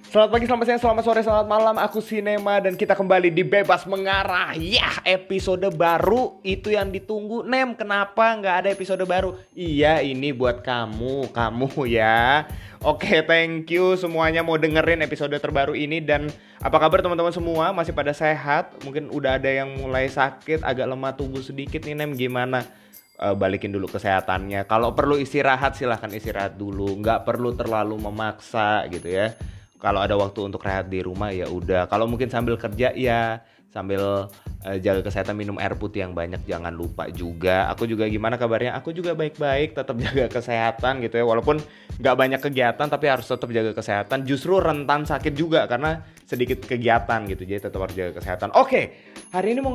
Selamat pagi, selamat siang, selamat sore, selamat malam. Aku Sinema dan kita kembali di Bebas Mengarah. Ya, episode baru itu yang ditunggu. Nem, kenapa nggak ada episode baru? Iya, ini buat kamu ya. Oke, thank you semuanya mau dengerin episode terbaru ini. Dan apa kabar teman-teman semua? Masih pada sehat? Mungkin udah ada yang mulai sakit, agak lemah tubuh sedikit nih, Nem. Gimana? Balikin dulu kesehatannya. Kalau perlu istirahat silahkan istirahat dulu. Nggak perlu terlalu memaksa gitu ya. Kalau ada waktu untuk rehat di rumah ya udah. Kalau mungkin sambil kerja ya sambil jaga kesehatan, minum air putih yang banyak, jangan lupa juga. Aku juga gimana kabarnya? Aku juga baik-baik, tetap jaga kesehatan gitu ya. Walaupun nggak banyak kegiatan tapi harus tetap jaga kesehatan. Justru rentan sakit juga karena sedikit kegiatan gitu. Jadi tetap harus jaga kesehatan. Oke, hari ini mau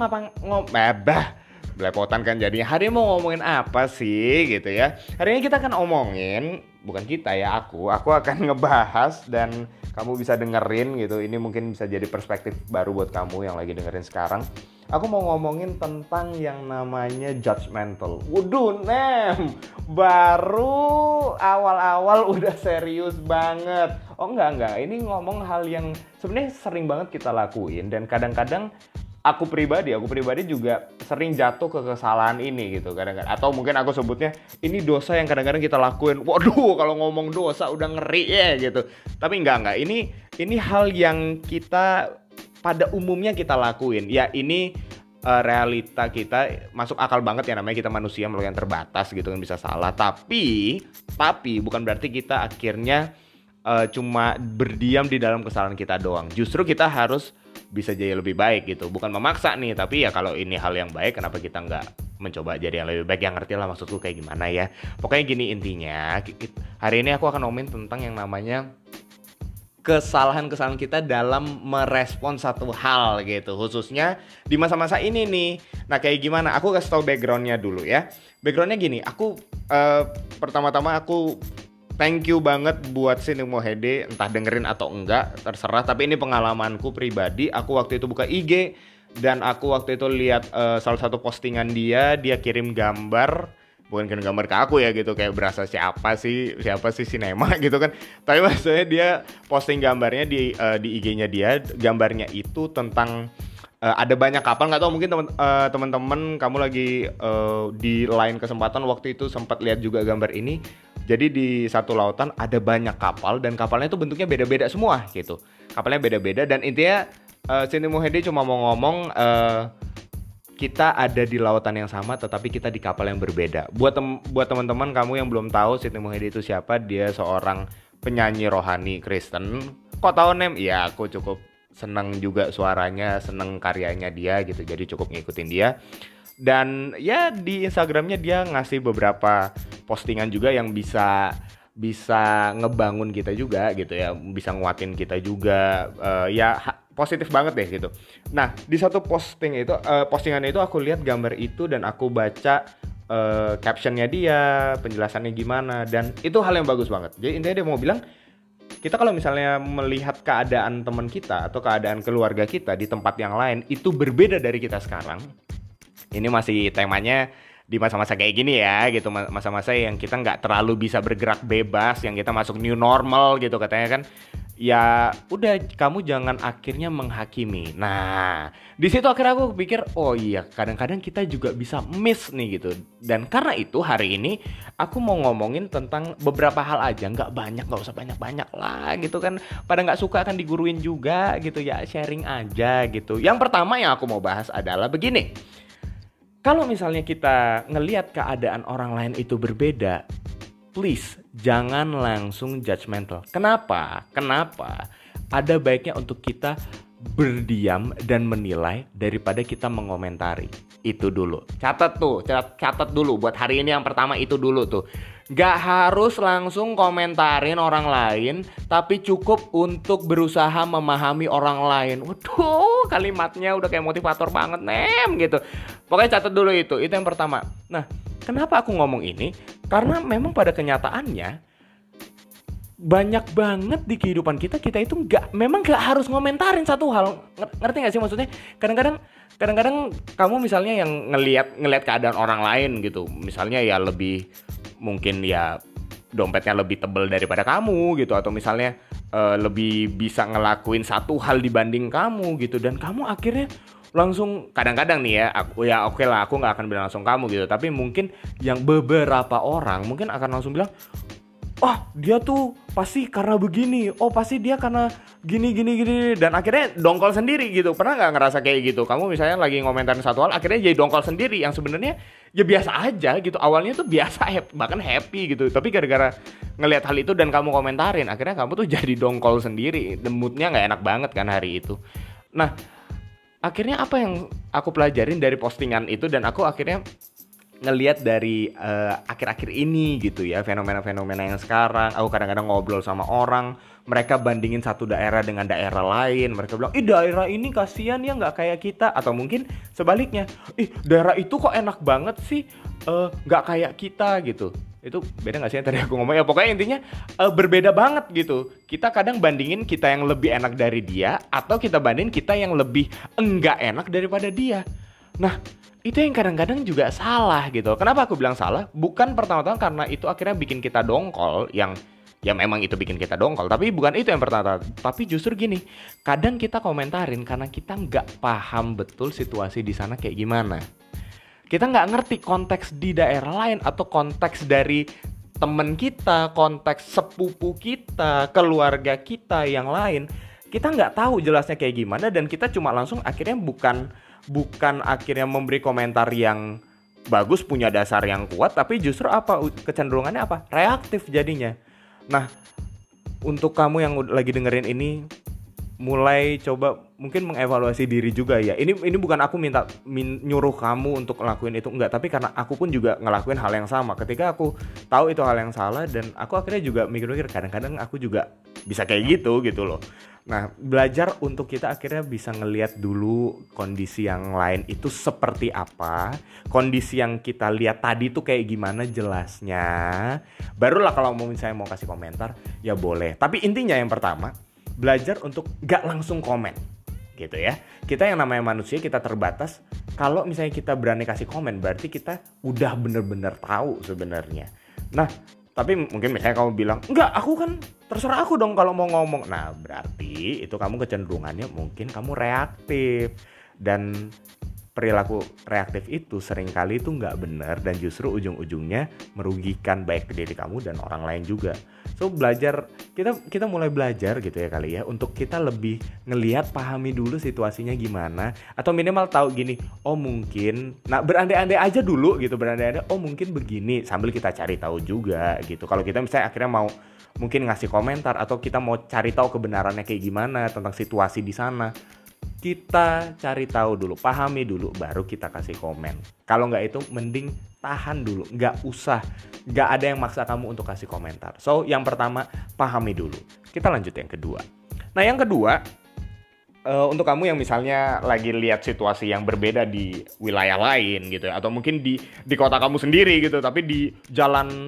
belepotan kan jadinya. Hari ini mau ngomongin apa sih gitu ya. Hari ini kita akan omongin, bukan kita ya, aku akan ngebahas dan kamu bisa dengerin gitu. Ini mungkin bisa jadi perspektif baru buat kamu yang lagi dengerin sekarang. Aku mau ngomongin tentang yang namanya judgmental. Waduh, Nem, baru awal-awal udah serius banget. Oh enggak, ini ngomong hal yang sebenarnya sering banget kita lakuin. Dan kadang-kadang aku pribadi juga sering jatuh ke kesalahan ini gitu kadang-kadang. Atau mungkin aku sebutnya ini dosa yang kadang-kadang kita lakuin. Waduh, kalau ngomong dosa udah ngeri ya gitu. Tapi enggak. Ini hal yang kita pada umumnya kita lakuin. Ya ini realita kita, masuk akal banget ya, namanya kita manusia makhluk yang terbatas gitu kan, bisa salah. Tapi bukan berarti kita akhirnya cuma berdiam di dalam kesalahan kita doang. Justru kita harus bisa jadi lebih baik gitu. Bukan memaksa nih, tapi ya kalau ini hal yang baik, kenapa kita nggak mencoba jadi yang lebih baik? Yang ngerti lah maksudku kayak gimana ya. Pokoknya gini intinya, hari ini aku akan ngomongin tentang yang namanya kesalahan-kesalahan kita dalam merespon satu hal gitu. Khususnya di masa-masa ini nih. Nah kayak gimana? Aku kasih tau backgroundnya dulu ya. Backgroundnya gini, aku pertama-tama aku thank you banget buat Sinemo Hede, entah dengerin atau enggak, terserah. Tapi ini pengalamanku pribadi. Aku waktu itu buka IG dan aku waktu itu lihat salah satu postingan dia kirim gambar, bukan kirim gambar ke aku ya gitu, kayak berasa siapa sih Sinema gitu kan. Tapi maksudnya dia posting gambarnya di IG-nya dia, gambarnya itu tentang ada banyak kapal. Nggak tahu mungkin teman-teman kamu lagi di lain kesempatan waktu itu sempat lihat juga gambar ini. Jadi di satu lautan ada banyak kapal dan kapalnya itu bentuknya beda-beda semua gitu. Kapalnya beda-beda dan intinya Sinemo Hede cuma mau ngomong kita ada di lautan yang sama tetapi kita di kapal yang berbeda. Buat teman-teman kamu yang belum tahu Sinemo Hede itu siapa, dia seorang penyanyi rohani Kristen. Kok tahu, Nem? Ya aku cukup seneng juga suaranya, seneng karyanya dia gitu. Jadi cukup ngikutin dia. Dan ya di Instagramnya dia ngasih beberapa postingan juga yang bisa ngebangun kita juga gitu ya, bisa nguatin kita juga, positif banget deh gitu. Nah di satu postingan itu aku lihat gambar itu dan aku baca captionnya dia, penjelasannya gimana, dan itu hal yang bagus banget. Jadi intinya dia mau bilang, kita kalau misalnya melihat keadaan teman kita atau keadaan keluarga kita di tempat yang lain itu berbeda dari kita sekarang. Ini masih temanya di masa-masa kayak gini ya gitu, masa-masa yang kita nggak terlalu bisa bergerak bebas, yang kita masuk new normal gitu katanya kan. Ya udah, kamu jangan akhirnya menghakimi. Nah di situ akhirnya aku pikir, oh iya kadang-kadang kita juga bisa miss nih gitu. Dan karena itu hari ini aku mau ngomongin tentang beberapa hal aja, nggak usah banyak-banyak lah gitu kan. Pada nggak suka akan diguruin juga gitu ya, sharing aja gitu. Yang pertama yang aku mau bahas adalah begini. Kalau misalnya kita ngelihat keadaan orang lain itu berbeda, please jangan langsung judgmental. Kenapa? Ada baiknya untuk kita berdiam dan menilai daripada kita mengomentari. Itu dulu. Catat dulu buat hari ini yang pertama, itu dulu tuh. Gak harus langsung komentarin orang lain, tapi cukup untuk berusaha memahami orang lain. Waduh, kalimatnya udah kayak motivator banget, Nem gitu. Pokoknya catat dulu itu yang pertama. Nah, kenapa aku ngomong ini? Karena memang pada kenyataannya banyak banget di kehidupan kita itu memang gak harus ngomentarin satu hal. Ngerti gak sih maksudnya? Kadang-kadang kamu misalnya yang ngelihat keadaan orang lain gitu, misalnya ya lebih mungkin ya dompetnya lebih tebal daripada kamu gitu, atau misalnya lebih bisa ngelakuin satu hal dibanding kamu gitu, dan kamu akhirnya langsung kadang-kadang nih ya, aku ya oke lah, aku nggak akan bilang langsung kamu gitu, tapi mungkin yang beberapa orang mungkin akan langsung bilang, oh dia tuh pasti karena begini, oh pasti dia karena gini gini gini, dan akhirnya dongkol sendiri gitu. Pernah nggak ngerasa kayak gitu? Kamu misalnya lagi ngomentarin satu hal, akhirnya jadi dongkol sendiri yang sebenarnya ya biasa aja gitu. Awalnya tuh biasa, bahkan happy gitu, tapi gara-gara ngelihat hal itu dan kamu komentarin, akhirnya kamu tuh jadi dongkol sendiri. Moodnya nggak enak banget kan hari itu. Nah, akhirnya apa yang aku pelajarin dari postingan itu, dan aku akhirnya ngelihat dari akhir-akhir ini gitu ya, fenomena-fenomena yang sekarang. Aku kadang-kadang ngobrol sama orang, mereka bandingin satu daerah dengan daerah lain. Mereka bilang, ih daerah ini kasihan ya nggak kayak kita. Atau mungkin sebaliknya, ih daerah itu kok enak banget sih, nggak kayak kita gitu. Itu beda nggak sih yang tadi aku ngomong ya? Pokoknya intinya berbeda banget gitu. Kita kadang bandingin kita yang lebih enak dari dia, atau kita bandingin kita yang lebih enggak enak daripada dia. Nah, itu yang kadang-kadang juga salah gitu. Kenapa aku bilang salah? Bukan pertama-tama karena itu akhirnya bikin kita dongkol, yang ya memang itu bikin kita dongkol, tapi bukan itu yang pertama. Tapi justru gini, kadang kita komentarin karena kita nggak paham betul situasi di sana kayak gimana. Kita nggak ngerti konteks di daerah lain, atau konteks dari temen kita, konteks sepupu kita, keluarga kita yang lain. Kita nggak tahu jelasnya kayak gimana, dan kita cuma langsung akhirnya bukan akhirnya memberi komentar yang bagus, punya dasar yang kuat, tapi justru apa kecenderungannya apa? Reaktif jadinya. Nah, untuk kamu yang lagi dengerin ini, mulai coba mungkin mengevaluasi diri juga ya. Ini bukan aku nyuruh kamu untuk ngelakuin itu, enggak, tapi karena aku pun juga ngelakuin hal yang sama. Ketika aku tahu itu hal yang salah, dan aku akhirnya juga mikir-mikir, kadang-kadang aku juga bisa kayak gitu loh. Nah, belajar untuk kita akhirnya bisa ngelihat dulu kondisi yang lain itu seperti apa, kondisi yang kita lihat tadi tuh kayak gimana jelasnya. Barulah kalau misalnya mau kasih komentar, ya boleh. Tapi intinya yang pertama, belajar untuk gak langsung komen gitu ya. Kita yang namanya manusia, kita terbatas. Kalau misalnya kita berani kasih komen, berarti kita udah bener-bener tahu sebenarnya. Nah, tapi mungkin misalnya kamu bilang, enggak, aku kan terserah aku dong kalau mau ngomong. Nah, berarti itu kamu kecenderungannya mungkin kamu reaktif. Dan perilaku reaktif itu seringkali itu nggak benar, dan justru ujung-ujungnya merugikan baik diri kamu dan orang lain juga. So belajar, kita mulai belajar gitu ya kali ya, untuk kita lebih ngelihat, pahami dulu situasinya gimana, atau minimal tahu gini, oh mungkin, nah berandai-andai aja dulu gitu, berandai-andai, oh mungkin begini, sambil kita cari tahu juga gitu. Kalau kita misalnya akhirnya mau mungkin ngasih komentar, atau kita mau cari tahu kebenarannya kayak gimana tentang situasi di sana, kita cari tahu dulu, pahami dulu, baru kita kasih komen. Kalau nggak itu, mending tahan dulu, nggak ada yang maksa kamu untuk kasih komentar. So, yang pertama, pahami dulu. Kita lanjut yang kedua. Nah, yang kedua, untuk kamu yang misalnya lagi lihat situasi yang berbeda di wilayah lain gitu ya, atau mungkin di kota kamu sendiri gitu, tapi di jalan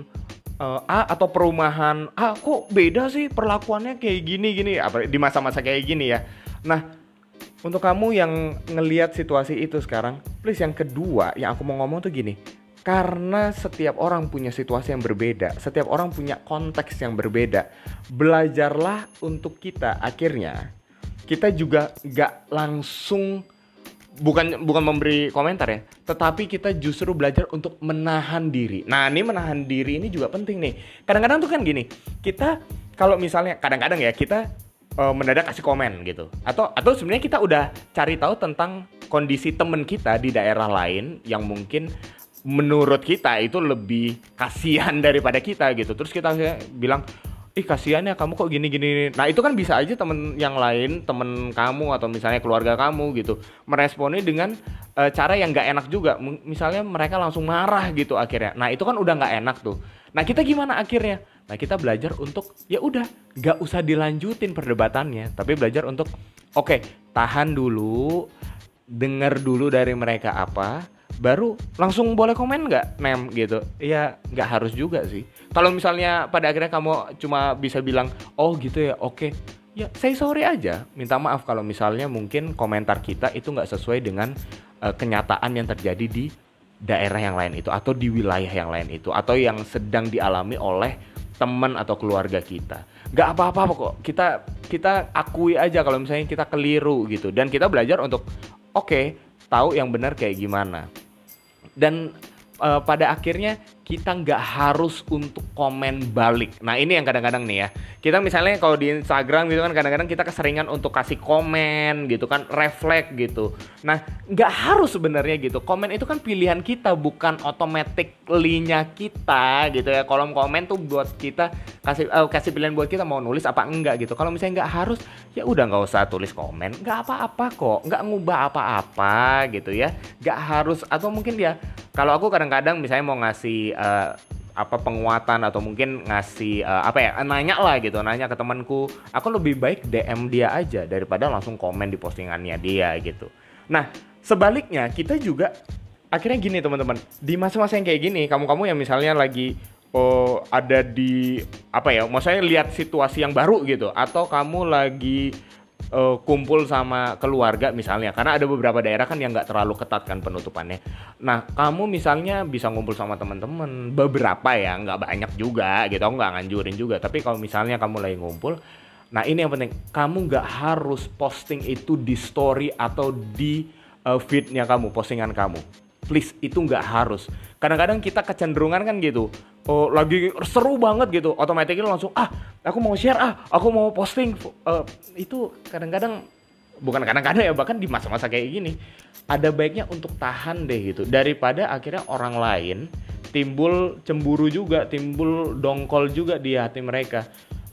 A atau perumahan A kok beda sih perlakuannya kayak gini, apa di masa-masa kayak gini ya. Nah, untuk kamu yang ngelihat situasi itu sekarang, please, yang kedua yang aku mau ngomong tuh gini. Karena setiap orang punya situasi yang berbeda, setiap orang punya konteks yang berbeda. Belajarlah untuk kita, akhirnya kita juga gak langsung, bukan memberi komentar ya, tetapi kita justru belajar untuk menahan diri. Nah, ini menahan diri ini juga penting nih. Kadang-kadang tuh kan gini, kita kalau misalnya kadang-kadang ya kita mendadak kasih komen gitu, atau sebenarnya kita udah cari tahu tentang kondisi temen kita di daerah lain yang mungkin menurut kita itu lebih kasihan daripada kita gitu. Terus kita bilang, ih kasihan ya kamu kok gini. Nah, itu kan bisa aja temen yang lain, temen kamu atau misalnya keluarga kamu gitu, meresponnya dengan cara yang gak enak juga. Misalnya mereka langsung marah gitu akhirnya. Nah, itu kan udah gak enak tuh. Nah, kita gimana akhirnya? Nah, kita belajar untuk ya udah gak usah dilanjutin perdebatannya, tapi belajar untuk oke, tahan dulu, denger dulu dari mereka apa, baru langsung boleh komen gak, Nem gitu. Ya gak harus juga sih. Kalau misalnya pada akhirnya kamu cuma bisa bilang, oh gitu ya, oke, ya say sorry aja, minta maaf kalau misalnya mungkin komentar kita itu gak sesuai dengan kenyataan yang terjadi di daerah yang lain itu, atau di wilayah yang lain itu, atau yang sedang dialami oleh teman atau keluarga kita. Nggak apa-apa kok, kita akui aja kalau misalnya kita keliru gitu, dan kita belajar untuk oke, tahu yang benar kayak gimana. Dan pada akhirnya kita nggak harus untuk komen balik. Nah ini yang kadang-kadang nih ya, kita misalnya kalau di Instagram gitu kan, kadang-kadang kita keseringan untuk kasih komen gitu kan, refleks gitu. Nah nggak harus sebenarnya gitu, komen itu kan pilihan kita, bukan automatically-nya kita gitu ya. Kolom komen tuh buat kita, kasih pilihan buat kita mau nulis apa enggak gitu. Kalau misalnya nggak harus, ya udah nggak usah tulis komen, nggak apa-apa kok, nggak ngubah apa-apa gitu ya. Nggak harus, atau mungkin ya kalau aku kadang-kadang misalnya mau ngasih penguatan atau mungkin ngasih nanya lah gitu, nanya ke temanku, aku lebih baik DM dia aja daripada langsung komen di postingannya dia gitu. Nah sebaliknya kita juga akhirnya gini teman-teman, di masa-masa yang kayak gini, kamu-kamu yang misalnya lagi ada di maksudnya lihat situasi yang baru gitu, atau kamu lagi kumpul sama keluarga misalnya, karena ada beberapa daerah kan yang nggak terlalu ketat kan penutupannya. Nah kamu misalnya bisa ngumpul sama teman-teman, beberapa ya, nggak banyak juga gitu, aku nggak nganjurin juga, tapi kalau misalnya kamu lagi ngumpul, nah ini yang penting, kamu nggak harus posting itu di story atau di feednya kamu, postingan kamu. Please, itu nggak harus. Kadang-kadang kita kecenderungan kan gitu, lagi seru banget gitu, otomatis langsung aku mau share, aku mau posting. Itu kadang-kadang, bukan kadang-kadang ya, bahkan di masa-masa kayak gini, ada baiknya untuk tahan deh gitu, daripada akhirnya orang lain timbul cemburu juga, timbul dongkol juga di hati mereka.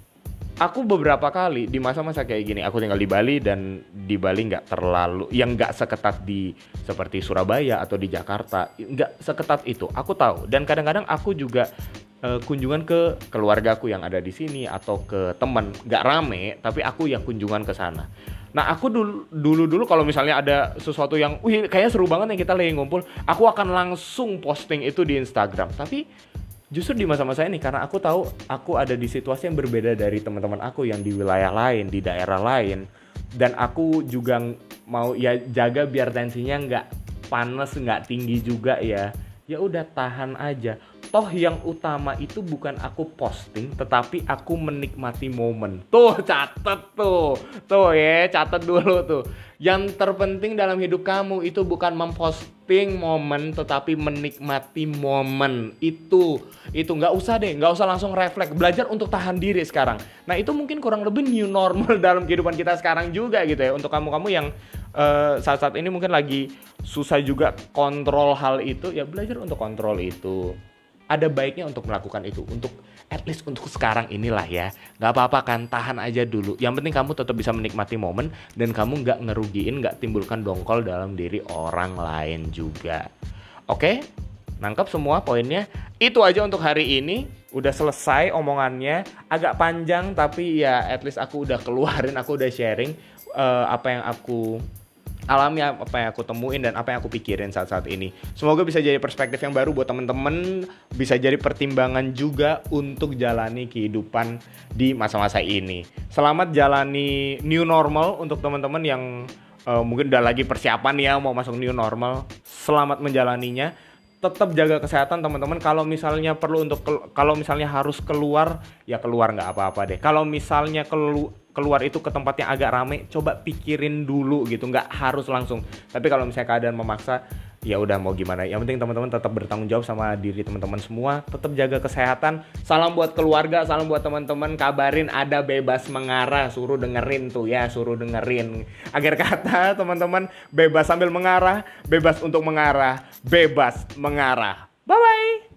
Aku beberapa kali di masa-masa kayak gini, aku tinggal di Bali, dan di Bali nggak terlalu, yang nggak seketat di seperti Surabaya atau di Jakarta, nggak seketat itu, aku tahu. Dan kadang-kadang aku juga kunjungan ke keluargaku yang ada di sini atau ke teman, nggak rame, tapi aku yang kunjungan ke sana. Nah aku dulu kalau misalnya ada sesuatu yang, kayaknya seru banget nih kita lagi ngumpul, aku akan langsung posting itu di Instagram. Tapi justru di masa-masa ini, karena aku tahu aku ada di situasi yang berbeda dari teman-teman aku yang di wilayah lain, di daerah lain, dan aku juga mau ya jaga biar tensinya nggak panas, nggak tinggi juga ya. Ya udah, tahan aja. Toh yang utama itu bukan aku posting, tetapi aku menikmati momen. Tuh catet tuh ya, catet dulu tuh. Yang terpenting dalam hidup kamu itu bukan memposting momen, tetapi menikmati momen. Itu nggak usah langsung refleks. Belajar untuk tahan diri sekarang. Nah itu mungkin kurang lebih new normal dalam kehidupan kita sekarang juga gitu ya. Untuk kamu-kamu yang saat-saat ini mungkin lagi susah juga kontrol hal itu, ya belajar untuk kontrol itu. Ada baiknya untuk melakukan itu, untuk at least untuk sekarang inilah ya. Gak apa-apa kan, tahan aja dulu. Yang penting kamu tetap bisa menikmati momen, dan kamu gak ngerugiin, gak timbulkan dongkol dalam diri orang lain juga. Oke? Nangkep semua poinnya? Itu aja untuk hari ini. Udah selesai omongannya. Agak panjang, tapi ya at least aku udah keluarin, aku udah sharing apa yang aku alami, apa yang aku temuin, dan apa yang aku pikirin saat-saat ini. Semoga bisa jadi perspektif yang baru buat temen-temen, bisa jadi pertimbangan juga untuk jalani kehidupan di masa-masa ini. Selamat jalani new normal untuk teman-teman yang mungkin udah lagi persiapan ya mau masuk new normal. Selamat menjalaninya. Tetap jaga kesehatan teman-teman. Kalau misalnya kalau misalnya harus keluar, ya keluar, nggak apa-apa deh. Kalau misalnya keluar itu ke tempat yang agak rame, coba pikirin dulu gitu, nggak harus langsung. Tapi kalau misalnya keadaan memaksa, ya udah mau gimana. Yang penting teman-teman tetap bertanggung jawab sama diri teman-teman semua. Tetap jaga kesehatan. Salam buat keluarga, salam buat teman-teman. Kabarin ada Bebas Mengarah, suruh dengerin tuh ya, suruh dengerin. Akhir kata teman-teman, bebas sambil mengarah, bebas untuk mengarah, bebas mengarah. Bye bye.